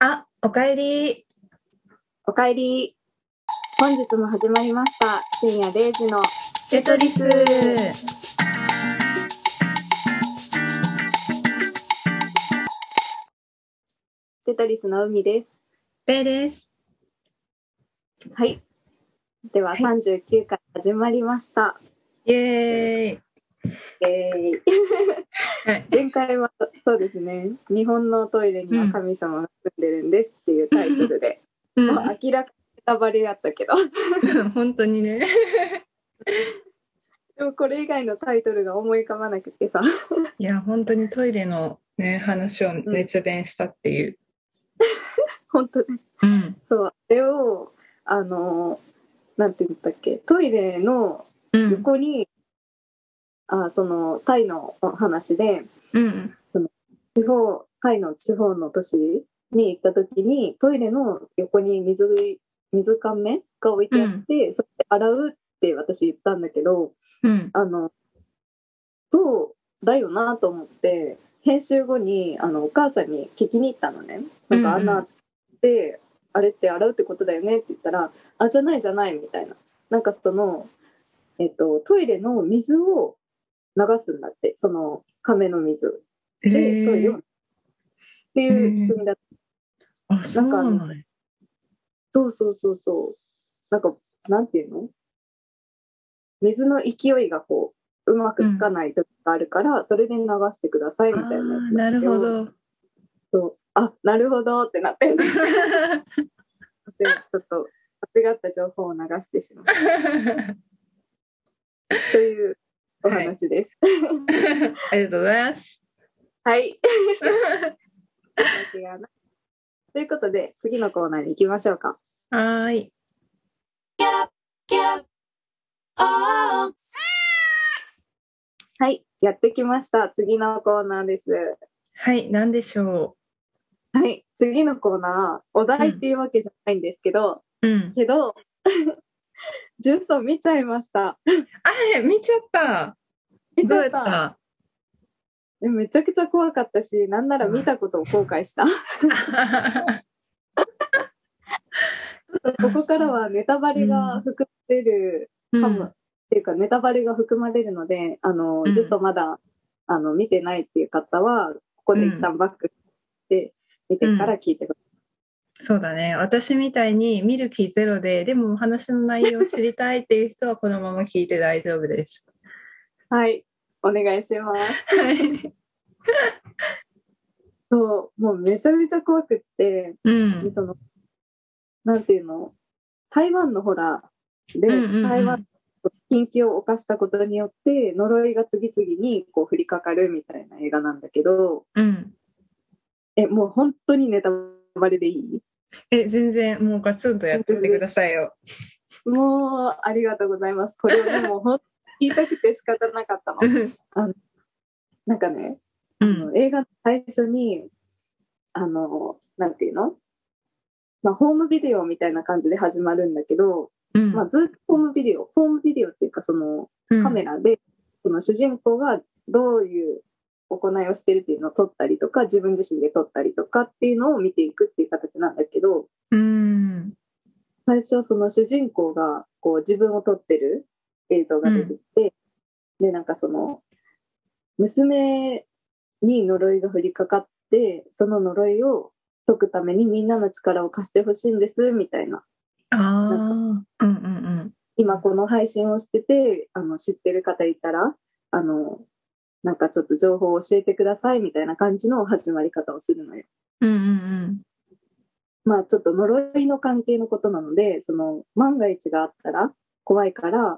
あ、おかえり。 おかえり。本日も始まりました。深夜0時のテトリス。 テトリスの海です。 ペイです。 はい。では、 はい 39回始まりました。 イエーイ。はい、 前回はそうですね、日本のトイレには神様が住んでるんですっていうタイトルで、もう明らかにネタバレやったけど本当にねでもこれ以外のタイトルが思い浮かばなくてさいや本当にトイレのね話を熱弁したっていう、 本当ね、そうあれをなんて言ったっけ、トイレの横に、そのタイの話で、そのタイの地方の都市に行った時にトイレの横に水かめが置いてあって、それで洗うって私言ったんだけど、そうだよなと思って編集後にお母さんに聞きに行ったのね。なんか穴ってあれって洗うってことだよねって言ったら、あ、じゃないじゃないみたいな。なんかそのトイレの水を流すんだって、その亀の水でトイレをっていう仕組みだった。 あ、そうなんや。 そうなんかなんていうの、水の勢いがこううまくつかない時があるから、それで流してくださいみたいなやつ。 なるほど。 そう、あ、なるほどってなってでちょっと間違った情報を流してしまうというお話です、 ありがとうございます。 はいということで次のコーナーに行きましょうか。 はい。 はい、やってきました。次のコーナーです。 はい、何でしょう。はい、次のコーナー、お題っていうわけじゃないんですけど、ジュンソン見ちゃいました。 見ちゃった。どうやった？ めちゃくちゃ怖かったし、なんなら見たことを後悔した。ここからはネタバレが含まれるかも、っていうかネタバレが含まれるので、ジュソまだ見てないっていう方はここで一旦バックして見てから聞いてください。 そうだね。私みたいに見る気ゼロでも話の内容を知りたいっていう人はこのまま聞いて大丈夫です。 はい、お願いします。そう、もうめちゃめちゃ怖くって、でそのなんていうの、台湾のホラーで、台湾の禁忌を犯したことによって呪いが次々にこう降りかかるみたいな映画なんだけど、もう本当にネタバレでいい？ 全然もうガツンとやってくださいよ。 もうありがとうございます。これをね、もう本当に言いたくて仕方なかったの。なんかね、映画の最初になんていうの、ホームビデオみたいな感じで始まるんだけど、ずっとホームビデオっていうか、そのカメラで、その主人公がどういう行いをしてるっていうのを撮ったりとか、自分自身で撮ったりとかっていうのを見ていくっていう形なんだけど、最初その主人公がこう自分を撮ってる映像が出てきて、でなんかその娘に呪いが降りかかって、その呪いを解くためにみんなの力を貸してほしいんですみたいな。今この配信をしてて知ってる方いたらなんかちょっと情報を教えてくださいみたいな感じの始まり方をするのよ。まあちょっと呪いの関係のことなので、その万が一があったら怖いから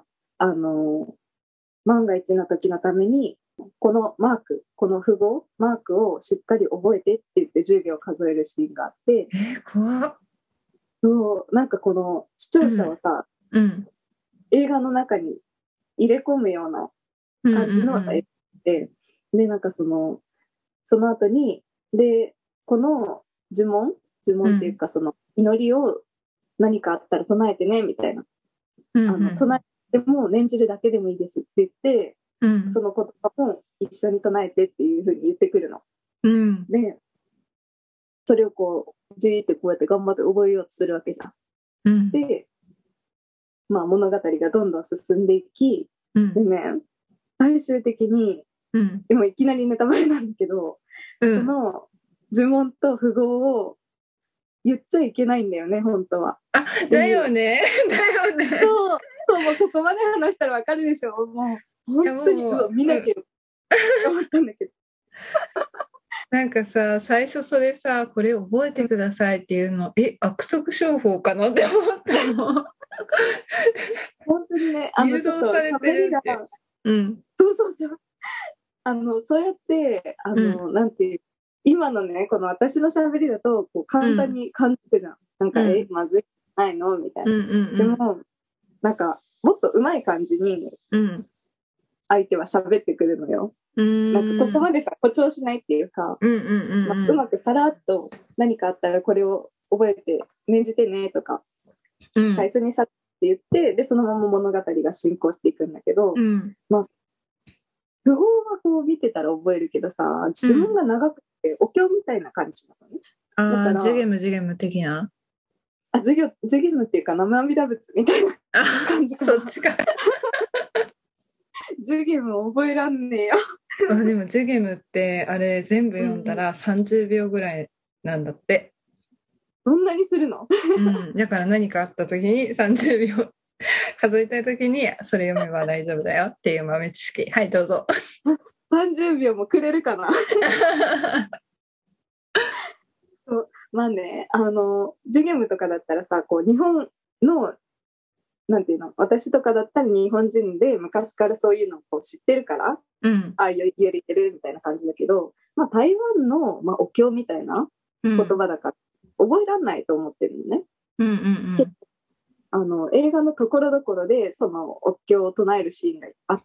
万が一の時のためにこのマーク、この符号マークをしっかり覚えてって言って10秒数えるシーンがあって、 怖っ。 そうなんかこの視聴者をさ、映画の中に入れ込むような感じの映画で、なんかその後にでこの呪文っていうか、その祈りを何かあったら唱えてねみたいな、唱えても念じるだけでもいいですって言って、その言葉も一緒に唱えてっていう風に言ってくるの。でそれをこじーってこうやって頑張って覚えようとするわけじゃん。 うん。 で、まあ物語がどんどん進んでいき、 うんでね、最終的に、 うんでもいきなりネタバレなんだけど、 うん。 その呪文と符号を言っちゃいけないんだよね、本当は。 あ、だよね。だよね。 そう、そう、もうここまで話したらわかるでしょ。もう、 いや本当に、 もう、 見なきゃよって思ったんだけど。 なんかさ、最初それさ、これ覚えてくださいっていうの、悪徳商法かなって思ったの。 本当にね、 誘ちょっと導されて喋りが、 るって。うん。 そうそうそう。そうやって、 うん。 なんていう、今のね、この私の喋りだと、こう簡単に感じるじゃん。なんか、 うん。 まずいないのみたいな。 うんうんでも、なんか、もっと上手い感じにうん。うん。 相手は喋ってくるのよ。 うなんか、ここんまでさ、誇張しないっていうか、 うんうんうまくさらっと何かあったらこれを覚えて念じてねとか、 うん最初にさって言って、で、そのまま物語が進行していくんだけど、 うん。 まあ、符号はこう見てたら覚えるけどさ、自分が長くてお経みたいな感じなのね。だああ、ジュゲから、 ムジュゲム的な。 授業っていうか生阿弥陀仏みたいなあ、 感じかな。 そっちか。 授業も覚えらんねえよ。 あ、でもジュゲムってあれ全部読んだら30秒ぐらいなんだって。 そんなにするの？ うん。だから何かあった時に30秒数えたい時にそれ読めば大丈夫だよっていう豆知識。はい、どうぞ。 30秒もくれるかな。そうまあね、ジュゲムとかだったらさ、こう日本のなんていうの、私とかだったら日本人で昔からそういうのをこう知ってるから、 うん。 言えてるみたいな感じだけど、まあ台湾の、お経みたいな言うん葉だから、覚えらんないと思ってるのね。 うんうん映画のところどころでそのお経を唱えるシーンがあって、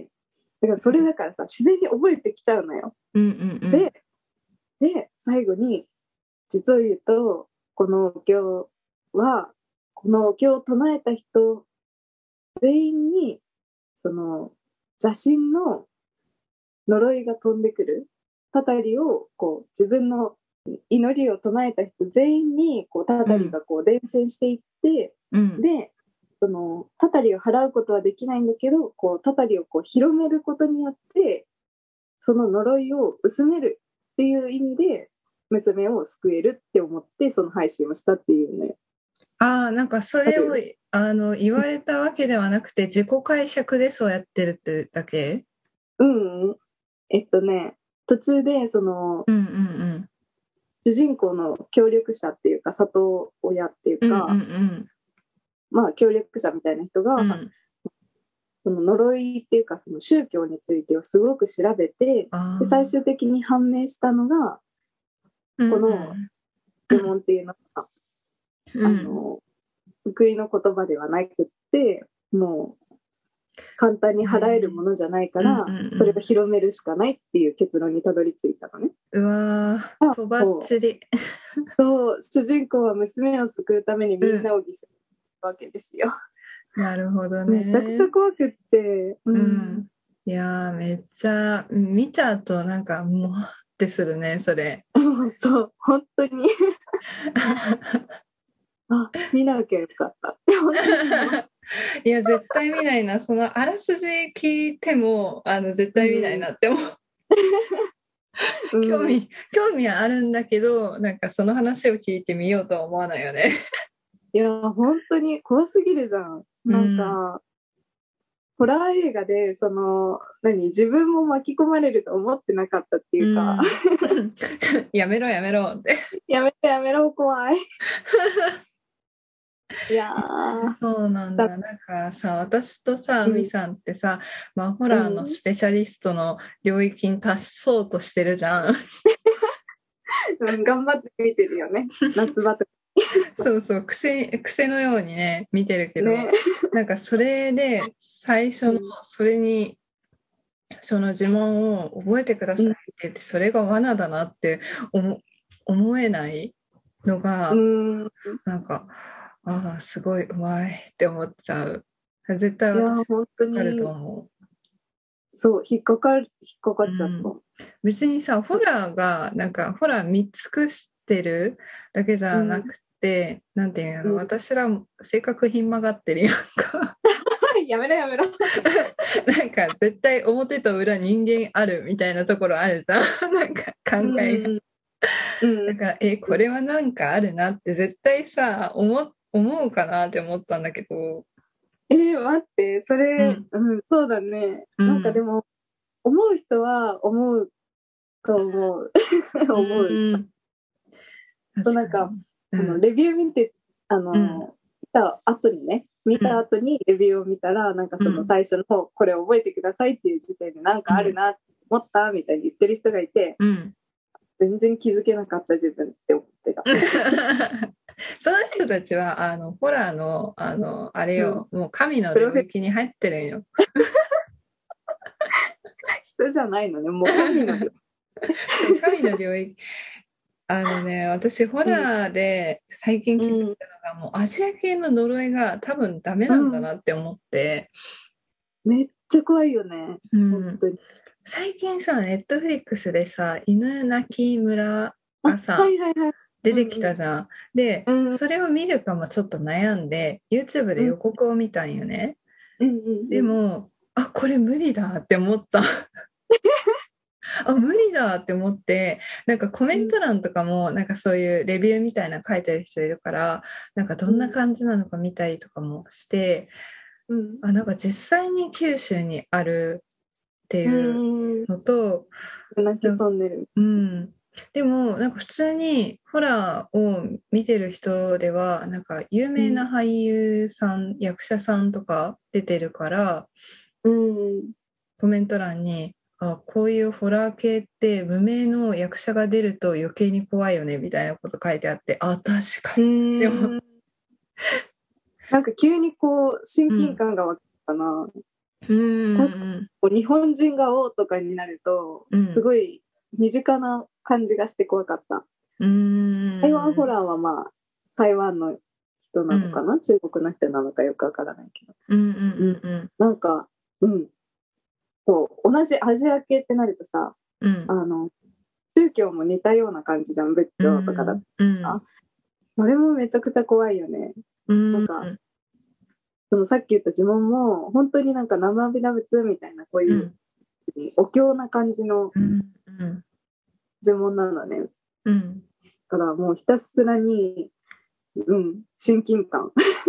だからそれだからさ、自然に覚えてきちゃうのよ。 うんうんうん。 で、最後に、実を言うと、このお経は、このお経を唱えた人全員に、その邪神の呪いが飛んでくる。たたりを、こう、自分の祈りを唱えた人全員に、こう、たたりがこう、伝染していって、 うん。 で、その、たたりを払うことはできないんだけど、こう、たたりをこう、広めることによって、その呪いを薄めるっていう意味で、娘を救えるって思って、その配信をしたっていうね。 ああ、なんかそれを言われたわけではなくて自己解釈でそうやってるってだけ。 うん。途中で、その、 うんうん主人公の協力者っていうか、里親っていううんうんうか、 んまあ、協力者みたいな人が、 うんその呪いっていうか、その宗教についてをすごく調べて、で、最終的に判明したのが、この呪文っていうのが、救いの言葉ではなくって、もう、簡単に払えるものじゃないから、それを広めるしかないっていう結論にたどり着いたのね。 うわー、とばっちり。 そう、主人公は娘を救うためにみんなを犠牲にするわけですよ。 なるほどね。 めちゃくちゃ怖くって、 いやー、めっちゃ見た後なんかもうってするね、それ。 そう、本当に見なきゃよかったって本当にいや、絶対見ないな。そのあらすじ聞いても絶対見ないなって思う。興味はあるんだけど、なんかその話を聞いてみようとは思わないよね。 いや、本当に怖すぎるじゃん。なんか、ホラー映画で、自分も巻き込まれると思ってなかったっていうか。 やめろやめろって。 やめろ、怖い。いやそうなんだ。なんかさ、私とさ、みさんってさ、ホラーのスペシャリストの領域に達そうとしてるじゃん。 頑張って見てるよね。夏場とか。 そうそう、癖のようにね、見てるけど、なんかそれで最初のそれに、その呪文を覚えてくださいって言って、それが罠だなって思えないのが、なんか、すごいうまいって思っちゃう。絶対私本当にあると思う。 そう、引っかかっちゃった。 別にさ、ホラーがなんかホラー見尽くしってるだけじゃなくて、なんていうの、私ら性格ひん曲がってるやんか。 やめろやめろ。 なんか絶対表と裏人間あるみたいなところあるじゃん。なんか考えが。だからこれはなんかあるなって絶対さ思うかなって思ったんだけど。 待って、それ、そうだね。なんかでも、思う人は思うと思う。思う。なんか、レビュー見て、見た後にレビューを見たら、なんかその最初の方、これ覚えてくださいっていう時点でなんかあるなって思ったみたいに言ってる人がいて、全然気づけなかった自分って思ってた。 その人たちはホラーのあれよ、もう神の領域に入ってるんよ。 人じゃないのね、もう神の領域。 神の領域。私ホラーで最近気づいたのが、もうアジア系の呪いが多分ダメなんだなって思って、 めっちゃ怖いよね、本当に。 最近さ、ネットフリックスでさ、犬鳴村がさ、出てきたじゃん。で、それを見るかもちょっと悩んで YouTube で予告を見たんよね。でもこれ無理だって思った。無理だって思って、なんかコメント欄とかもなんかそういうレビューみたいなの書いてる人いるから、なんかどんな感じなのか見たりとかもして、なんか実際に九州にあるっていうのと、 泣き飛んでる。 でもなんか普通にホラーを見てる人ではなんか有名な俳優さん、役者さんとか出てるから、コメント欄にこういうホラー系って無名の役者が出ると余計に怖いよねみたいなこと書いてあって、確かに。 なんか急にこう親近感が湧くかな。確かに日本人が王とかになると、すごい身近な感じがして怖かった。台湾ホラーはまあ台湾の人なのかな、中国の人なのかよくわからないけど、なんかこう同じアジア系ってなるとさ、宗教も似たような感じじゃん、仏教とかだったら、あれもめちゃくちゃ怖いよね。なんかそのさっき言った呪文も本当になんか生身仏みたいなこういうお経な感じの呪文なのね。だからもうひたすらに親近感。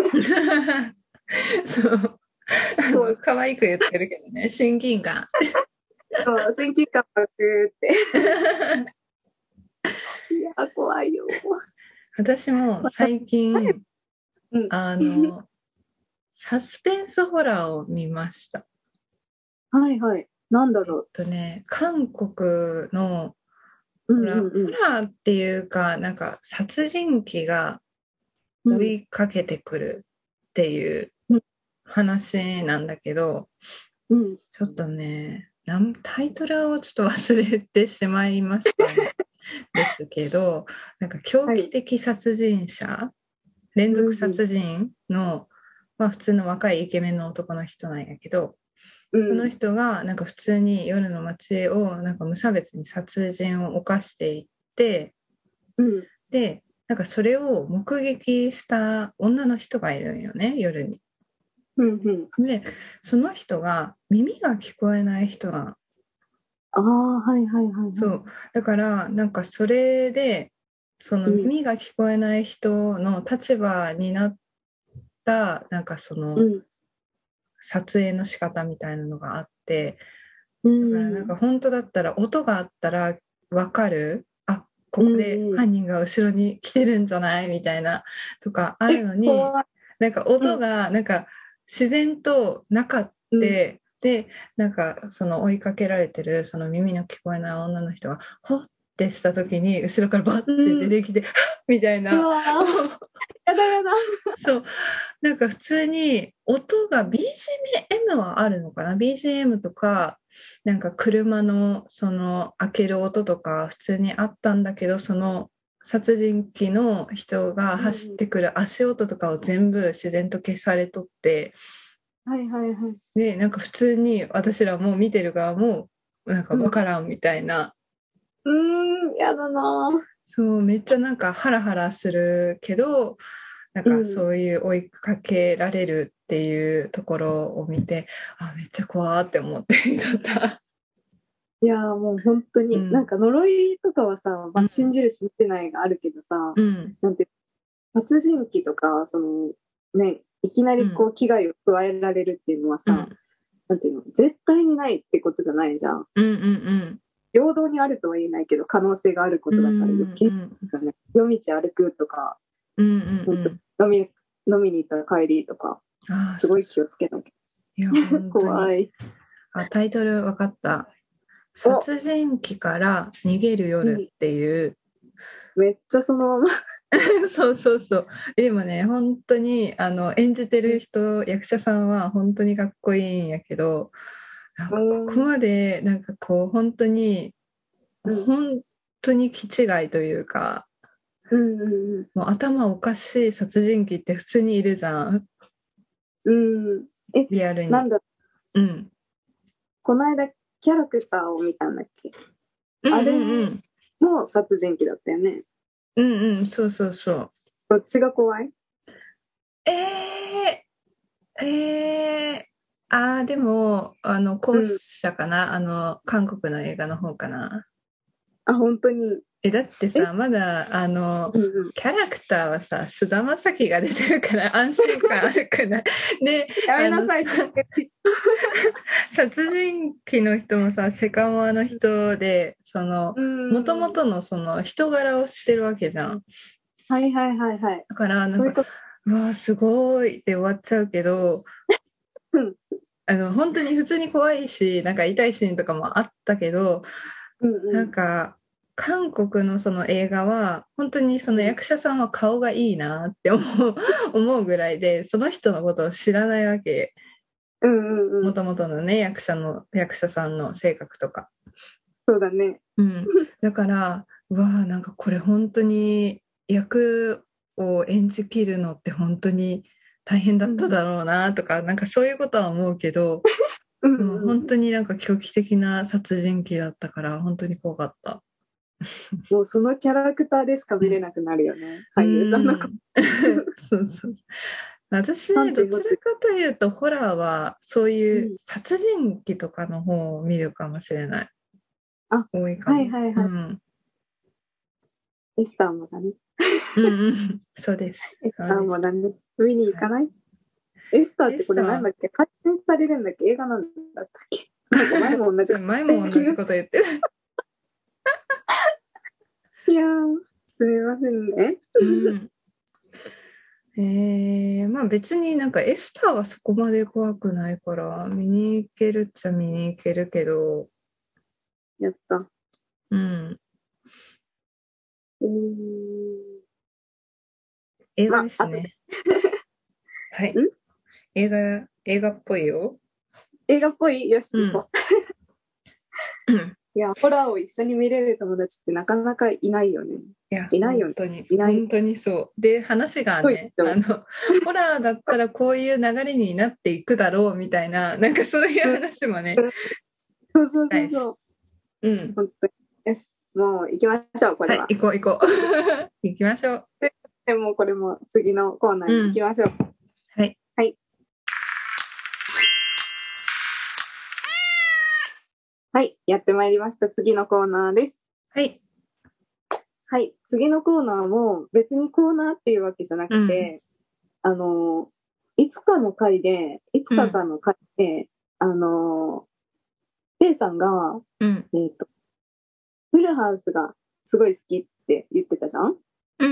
そう可愛く言ってるけどね、親近感。 そう親近感がグーっていや怖いよ。 私も最近サスペンスホラーを見ました。 はいはい。なんだろう。 韓国のホラーっていうか、なんか殺人鬼が追いかけてくるっていう話なんだけど、ちょっとね、タイトルをちょっと忘れてしまいましたね。ですけど、なんか狂気的殺人者、連続殺人の、普通の若いイケメンの男の人なんやけど、その人がなんか普通に夜の街をなんか無差別に殺人を犯していって、でなんかそれを目撃した女の人がいるんよね、夜に。でその人が耳が聞こえない人なの。そうだからなんかそれでその耳が聞こえない人の立場になったなんかその撮影の仕方みたいなのがあって、だからなんか本当だったら音があったら分かる、ここで犯人が後ろに来てるんじゃないみたいなとかあるのに、なんか音がなんか自然となかって、でなんかその追いかけられてるその耳の聞こえない女の人がほってした時に後ろからバッて出てきて、みたいな。 やだやだ。 そうなんか普通に音が BGM はあるのかな、 BGM とかなんか車のその開ける音とか普通にあったんだけど、その殺人鬼の人が走ってくる足音とかを全部自然と消されとって、でなんか普通に私らも見てる側もなんか分からんみたいな。 やだな。 そうめっちゃなんかハラハラするけど、なんかそういう追いかけられるっていうところを見て、あ、めっちゃ怖って思って見とった。 いやーもう本当に、なんか呪いとかはさ、まあ、信じる信じないがあるけどさ、なんて殺人鬼とか、そのね、いきなりこう危害を加えられるっていうのはさ、なんていうの、絶対にないってことじゃないじゃん。平等にあるとは言えないけど、可能性があることだから余計だね。夜道歩くとか、本当飲みに行った帰りとか、すごい気をつけなきゃ。 いや本当に怖い。 タイトル分かった。殺人鬼から逃げる夜っていう。 めっちゃそのままそうそうそう。でもね、本当に演じてる人、役者さんは本当にかっこいいんやけど、なんかここまでなんかこう本当に、本当に気違いというか、もう頭おかしい殺人鬼って普通にいるじゃん。リアルに。 なんだ、この間キャラクターを見たんだっけ、あれも殺人鬼だったよね。 そうそうそう。 どっちが怖い？ でも後者かな、韓国の映画の方かな。 本当に。 だってさ、まだキャラクターはさ、菅田将暉が出てるから安心感あるくない？で、 やめなさい、 殺人鬼の人もさ、セカモアの人で、もともとのその人柄を知ってるわけじゃん。 はいはいはいはい。 だからなんか、うわすごいって終わっちゃうけど、本当に普通に怖いし、なんか痛いシーンとかもあったけど、なんか韓国のその映画は本当にその役者さんは顔がいいなって思うぐらいで、その人のことを知らないわけ。もともとのね、役者さんの性格とか。 そうだね。 だからなんかこれ本当に役を演じきるのって本当に大変だっただろうなとか、なんかそういうことは思うけど、もう本当になんか狂気的な殺人鬼だったから本当に怖かった。 もうそのキャラクターでしか見れなくなるよね、俳優さんのそうそう。私どちらかというとホラーはそういう殺人鬼とかの方を見るかもしれない。多いかも。 エスターもだね。 そうです。 エスターもだね。見に行かない？エスターってこれなんだっけ？改編されるんだっけ？映画なんだったっけ？前も同じこと言ってる。 いやー、すみませんね。まあ別になんかエスターはそこまで怖くないから見に行けるっちゃ見に行けるけど。 やった。 映画ですね。はい。映画っぽいよ。 映画っぽい？よし、行こう。いや、ホラーを一緒に見れる友達ってなかなかいないよね。いないよね。 本当にそう。で、話がね、ホラーだったらこういう流れになっていくだろうみたいな、なんかそういう話もね。 そう。本当に。よし、もう行きましょう、これは。 はい、行こう。行きましょう。 でもこれも次のコーナーに行きましょう。 はい。 はい、やってまいりました。次のコーナーです。 はい。 はい、次のコーナーも別にコーナーっていうわけじゃなくて、いつかの回で、ペイさんが、フルハウスがすごい好きって言ってたじゃん？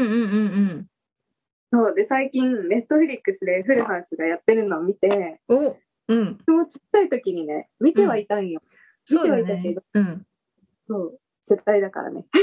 そうで、最近ネットフリックスでフルハウスがやってるのを見て、もうちっちゃい時にね、見てはいたんよ。見てはいたけど、そう、絶対だからね。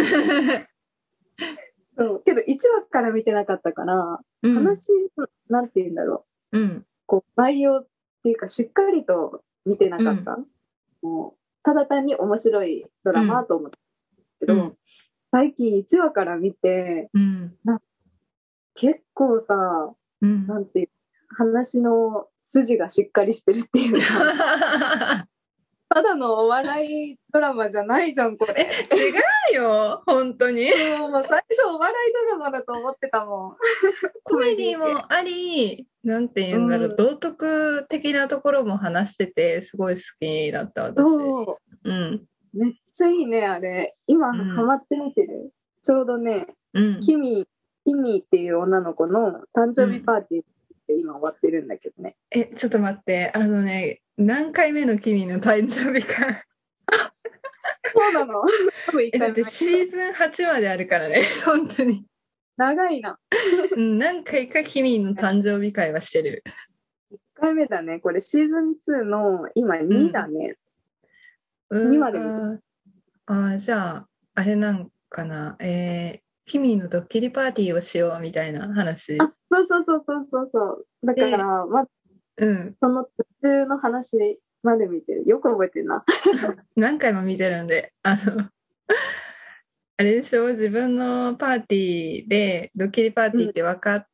そうけど1話から見てなかったから、話、なんて言うんだろう。こう内容っていうかしっかりと見てなかった。もうただ単に面白いドラマと思ったけど、最近1話から見て、結構さ、なんていう話の筋がしっかりしてるっていうかただのお笑いドラマじゃないじゃん、これ。 違うよ、本当に。 もう最初お笑いドラマだと思ってたもん。 コメディもあり、なんて言うんだろう、道徳的なところも話してて、すごい好きだった、私。 そう。めっちゃいいね、あれ。今、ハマって見てる。ちょうどね、キミっていう女の子の誕生日パーティーって今終わってるんだけどね。 ちょっと待って、何回目のキミの誕生日か。 そうなのだってシーズン8まであるからね、本当に。 長いな。 何回かキミの誕生日会はしてる。 1回目だね。これシーズン2の今2だね。2まで見て。 じゃあ、あれなんかな。キミのドッキリパーティーをしようみたいな話。 そうそうそうそうそう。だから、その途中の話まで見てる。よく覚えてるな。 何回も見てるんで、あれでしょ、自分のパーティーでドッキリパーティーって分かって、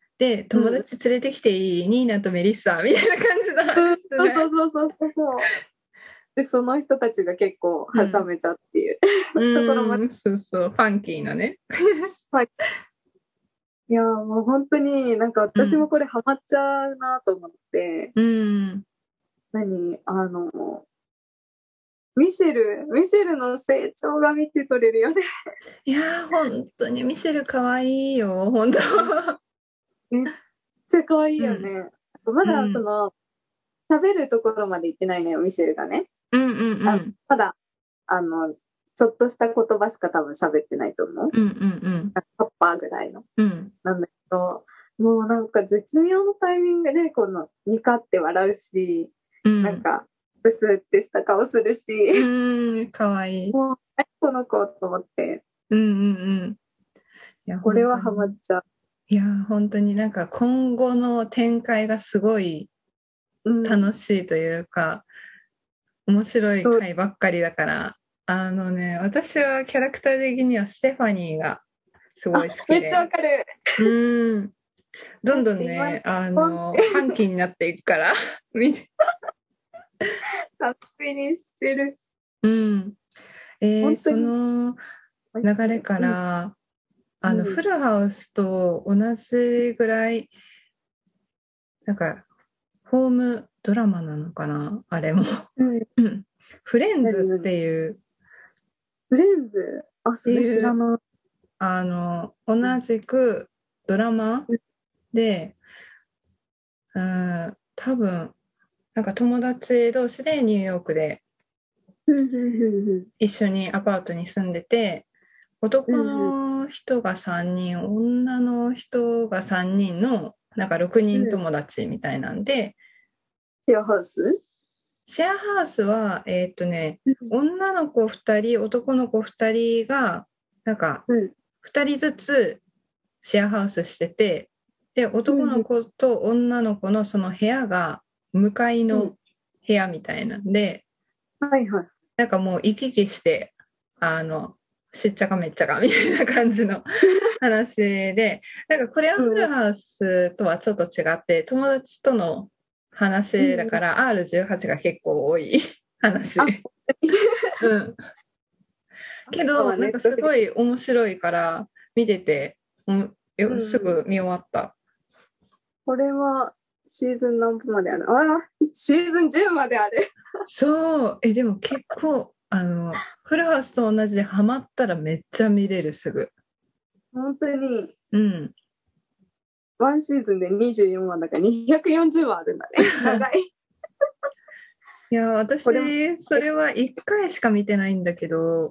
で友達連れてきていい、ニーナとメリッサみたいな感じの話、 そうでその人たちが結構はちゃめちゃっていう、ところまでそうファンキーなねいやもう本当になんか私もこれハマっちゃうなと思って、ミシェルの成長が見て取れるよね。 いや本当にミシェル可愛いよ、本当めっちゃ可愛いよね。まだその喋るところまで行ってないのよ、ミシェルがね。まだちょっとした言葉しか多分喋ってないと思う。パッパーぐらいの。なんだけど、もうなんか絶妙のタイミングでこのニカって笑うし、なんかブスってした顔するし、 かわいい。 もう何この子と思って。 いやこれはハマっちゃう。 いや本当になんか今後の展開がすごい楽しいというか、面白い回ばっかりだから、私はキャラクター的にはステファニーがすごい好きで。 めっちゃわかる。 どんどんね、ファンキーになっていくから見て楽しみにしてる。 その流れから、フルハウスと同じぐらいなんかホームドラマなのかな、あれもフレンズっていう。 フレンズ？それ知らない。 同じくドラマで、多分なんか友達同士でニューヨークで一緒にアパートに住んでて、男の人が3人、女の人が3人のなんか6人友達みたいなんで、 シェアハウス？ シェアハウスは女の子2人男の子2人がなんか2人ずつシェアハウスしてて、で男の子と女の子のその部屋が向かいの部屋みたいなんで、なんかもう行き来してしっちゃかめっちゃかみたいな感じの話で、なんかこれはフルハウスとはちょっと違って友達との話だから、R18 が結構多い話けどなんかすごい面白いから見ててすぐ見終わった。 これはシーズン何分まである？シーズン10まである。 そうでも結構フルハウスと同じでハマったらめっちゃ見れる、すぐ。 本当にワンシーズンで24話だから240話あるんだね。長い。 いや私それは1回しか見てないんだけど、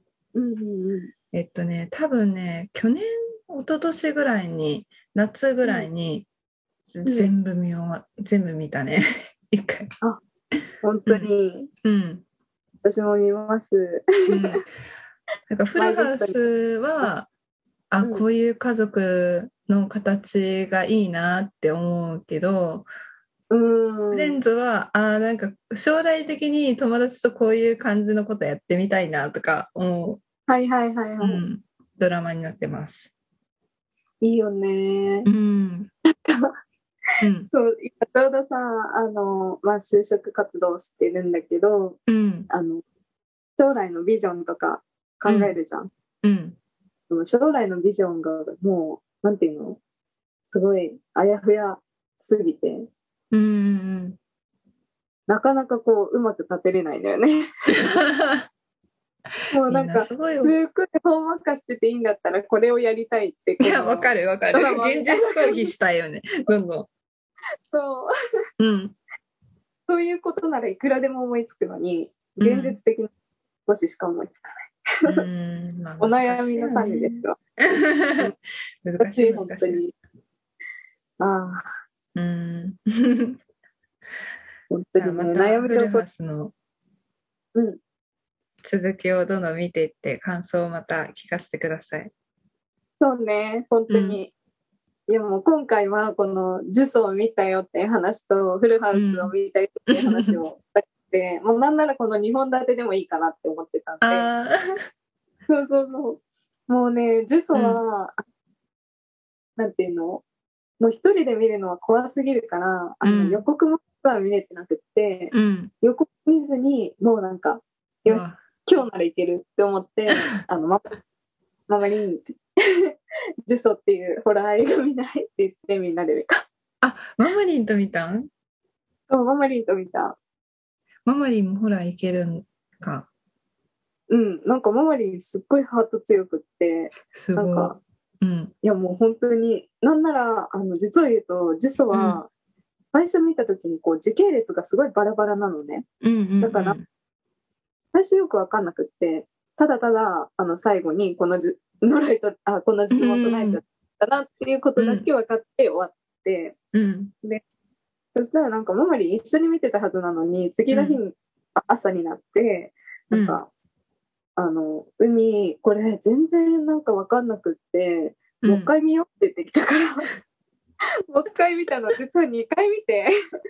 多分ね去年一昨年ぐらいに夏ぐらいに全部見たね1回。 本当に。私も見ます。 なんかフルハウスはこういう家族の形がいいなって思うけど、フレンズはなんか将来的に友達とこういう感じのことやってみたいなとか思うドラマになってます。 いいよね。 うん。 そう今ちょうどさ就職活動してるんだけど、 うん。 あの将来のビジョンとか考えるじゃん。 うん。 でも将来のビジョンがもうなんていうの、すごいあやふやすぎて、 うん。 なかなかこううまく立てれないんだよね。もうみんななんかすごいよ。 すっごいほんわかしてていいんだったらこれをやりたいっていや、わかるわかる。 ドラマみ現たいな実逃避したいよね。どんどそうん。うん。 そういうことならいくらでも思いつくのに、現うん。 実的な少ししか思いつかない。 まあお難しい悩みのよね。 種ですわ。 難しい私、本難しい。 当に。ああ、 うん。じゃあ本当にね、 また悩みところ。 フルハスのうん、 続きをどんどん見ていって感想をまた聞かせてください。 そうね、本うん。 当に。いやもう今回はこの呪詛を見たよっていう話とフルハウスをうん。 見たよっていう話をしたくて、もうなんならこの2本立てでもいいかなって思ってたんで、 ああ。 そうそうそう。もうね、呪詛うん。 は、なんていうの、もう一人で見るのは怖すぎるから、予うん。 告もは見れてなくって、 うん。 予告見ずに、もうなんか、よし、 うわ。 今日ならいけるって思って、ママリンって、呪詛っていうホラー映画見ないって言ってみんなで見た。 あ、ママリンと見たん？ そう、ママリンと見た。 ママリンもほらいけるんか。 うん、なんかママリンすっごいハート強くって、 すごなんか、 い。うん。 いやもう本当に、なんなら、実を言うと、呪詛うん。 は、最初見た時にこう時系列がすごいバラバラなのね。 うんうんだから、 うん。 最初よくわかんなくって、ただただ、最後にこの呪いと、こんなう呪文唱えちゃんったなっていうことだうんけ分かって終わって、 うんで、そしたらなんかママリン一緒に見てたはずなのに、次の日、 うん朝になって、 うん。 なんか、これ全然なんか分かんなくって、もう一うん。 回見ようって言ってきたから、もう一回見たの、実は2回見て、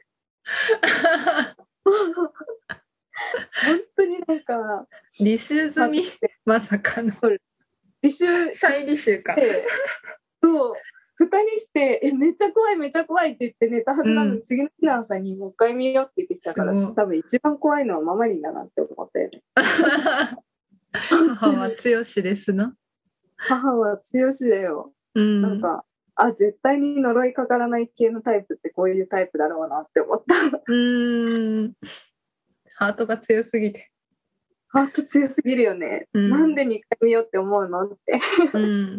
本当になんか、 履修済み、まさかの。 履修再履修か。 で、そう、二人して、めっちゃ怖い、めっちゃ怖いって言って寝たはずなのに、 うん。 次の日の朝にもう一回見ようって言ってきたから、 すごい。 多分一番怖いのはママリンだなって思ったよね。 母は強しですな。 母は強しだよ。 うん。 なんか、絶対に呪いかからない系のタイプってこういうタイプだろうなって思った。 うーん。ハートが強すぎて。 ハート強すぎるよね。 うん。 なんで2回見ようって思うのって。 うん。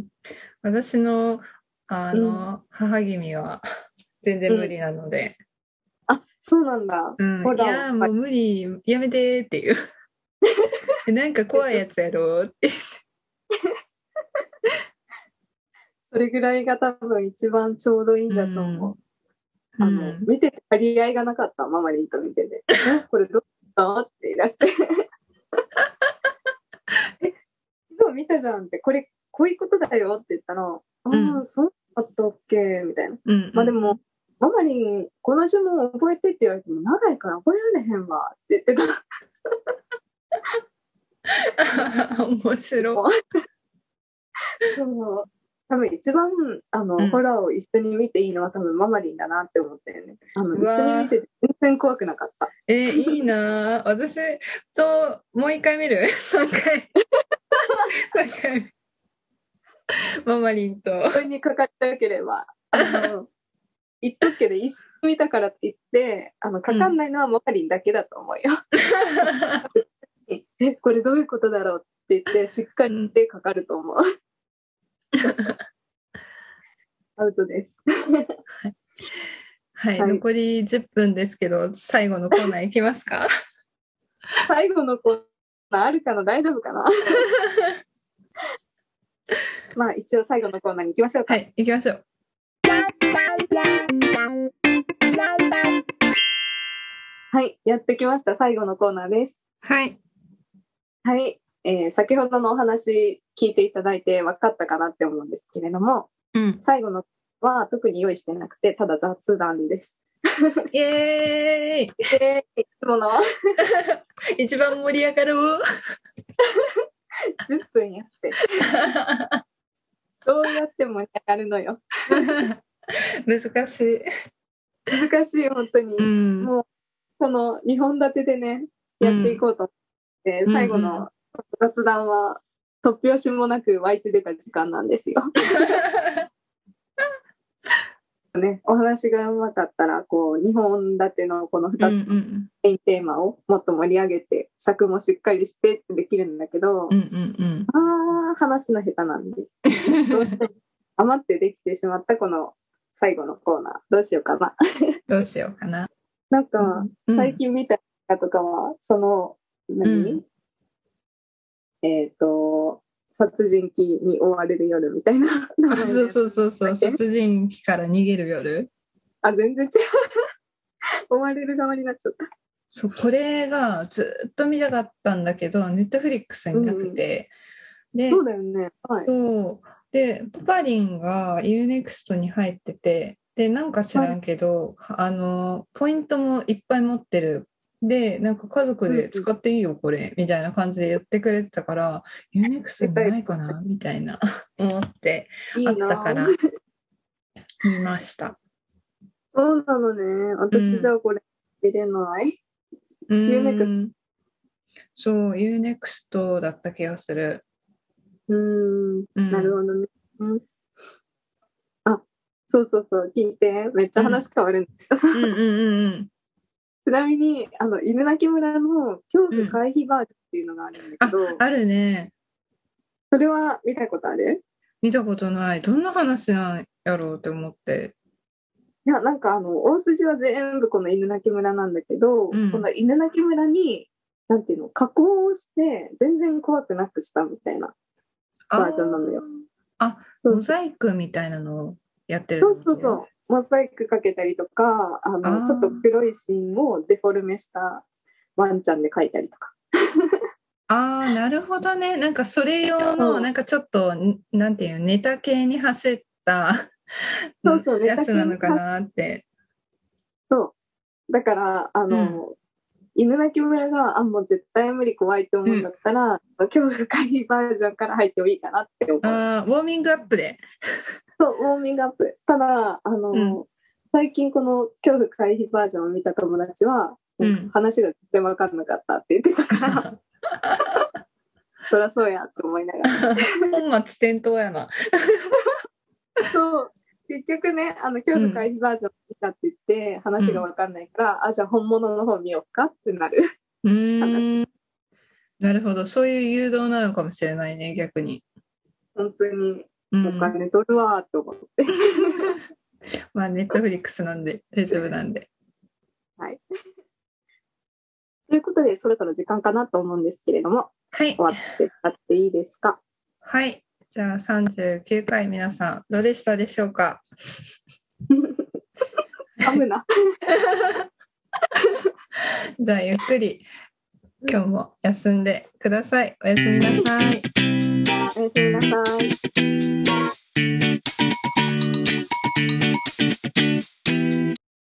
私の、 うん。 母君は全然うん。 無理なので。 そうなんだ。 うん。 ホラーを。 いや、もう無理、やめてっていう。なんか怖いやつやろって。 それぐらいが多分一番ちょうどいいんうだと思う。 ん。うん。 見てて張り合いがなかった、ママリンと見てて。これどうだって言い出して。昨日見たじゃんって、これ、こういうことだよって言ったら、 うん。 そうだったっけみたいな。 うん。 まあでも、ママにこの呪文覚えてって言われても長いから覚えられへんわって言ってた。 面白。 そう多分一番ホうん。 ラーを一緒に見ていいのは多分ママリンだなって思ったよね。 う一緒に見てわて全然怖くなかった。 いいなぁ。私ともう一回見る？ 3 回。3回。ママリンと。 これにかかってなければ、言っとくけど、一緒に見たからって言って、かかんないのはママリンだけだと思うよ。これどういうことだろうって言って、しっかりってかかると思う。アウトです。 はい、 はい、 残り10分ですけど、最後のコーナーいきますか？ 最後のコーナーあるかな、大丈夫かな。まあ一応最後のコーナーに行きましょうか。 はい、行きましょう。 はい、やってきました。最後のコーナーです。 はい。 はい、先ほどのお話聞いていただいて分かったかなって思うんですけれども、 うん。 最後のは特に用意してなくて、ただ雑談です。 イエーイいつもの一番盛り上がろう。 10分やって。どうやって盛り上がるのよ。 難しい。 難しい、本当に。もう、この2本立てでね、やっていこうと思って、最後の雑談は、突拍子もなく湧いて出た時間なんですよ。ね、お話がうまかったら、こう、2本立てのこの2つのメインテーマをもっと盛り上げて、尺もしっかりしてってできるんだけど、話すの下手なんで、どうしても余ってできてしまったこの最後のコーナー、どうしようかな。 どうしようかな。 なんか、最近見たとかは、その、殺人鬼に追われる夜みたいな。 そう、殺人鬼から逃げる夜。 全然違う。追われる側になっちゃった。 そう、これがずっと見たかったんだけど、ネットフリックスになくて。で、 そうだよね。はい。 そう。で、パパリンが UNEXT に入ってて、で、なんか知らんけど、ポイントもいっぱい持ってる。で、なんか家族で使っていいよ、これ、みたいな感じで言ってくれてたから、UNEXT にないかなみたいな思ってあったから見ました。 そうなのね。私じゃあこれ見れない。UNEXT。 そう、UNEXT だった気がする。 なるほどね。そう、聞いて。めっちゃ話変わるんだけど。ちなみに、犬鳴村の恐怖回避バージョンっていうのがあるんだけど。 あるね。 それは見たことある？ 見たことない。どんな話なんやろうって思って。 いや、なんか大筋は全部この犬鳴村なんだけど、この犬鳴村に、なんていうの、加工をして全然怖くなくしたみたいなバージョンなのよ。 モザイクみたいなのをやってる。 そう。モザイクかけたりとか、ちょっと黒いシーンをデフォルメしたワンちゃんで描いたりとか。 なるほどね。なんかそれ用の、なんかちょっと、なんていうネタ系に走ったやつなのかなって。 そう。だから、犬鳴村が、もう絶対無理怖いと思うんだったら、恐怖回避バージョンから入ってもいいかなって思う。 ウォーミングアップで。 そう、ウォーミングアップ。ただ、最近この恐怖回避バージョンを見た友達は、話が全然分かんなかったって言ってたから、そりゃそうやって思いながら。 本末転倒やな。 そう。結局ね、恐怖回避バージョン見たって言って、話が分かんないから、じゃあ本物の方見ようかってなる話。 なるほど。そういう誘導なのかもしれないね、逆に。 本当に、お金取るわと思って。 まあ、ネットフリックスなんで、大丈夫なんで。 はい。ということで、そろそろ時間かなと思うんですけれども、 はい。 終わっていいですか？ はい。じゃあ、39回皆さん、どうでしたでしょうか？ 噛むな。 じゃあ、ゆっくり、今日も休んでください。おやすみなさい。 おやすみなさい。